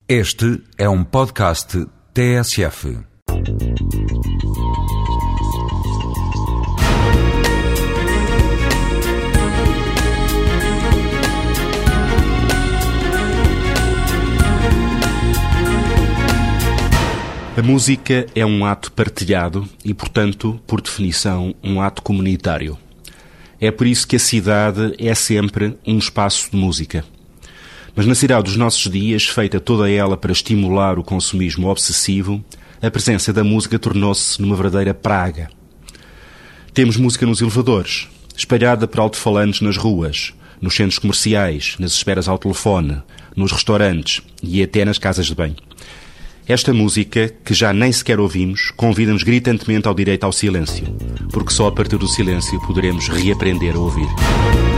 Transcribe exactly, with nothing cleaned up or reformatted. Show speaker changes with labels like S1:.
S1: Este é um podcast T S F.
S2: A música é um ato partilhado e, portanto, por definição, um ato comunitário. É por isso que a cidade é sempre um espaço de música. Mas na cidade dos nossos dias, feita toda ela para estimular o consumismo obsessivo, a presença da música tornou-se numa verdadeira praga. Temos música nos elevadores, espalhada por alto-falantes nas ruas, nos centros comerciais, nas esperas ao telefone, nos restaurantes e até nas casas de banho. Esta música, que já nem sequer ouvimos, convida-nos gritantemente ao direito ao silêncio, porque só a partir do silêncio poderemos reaprender a ouvir.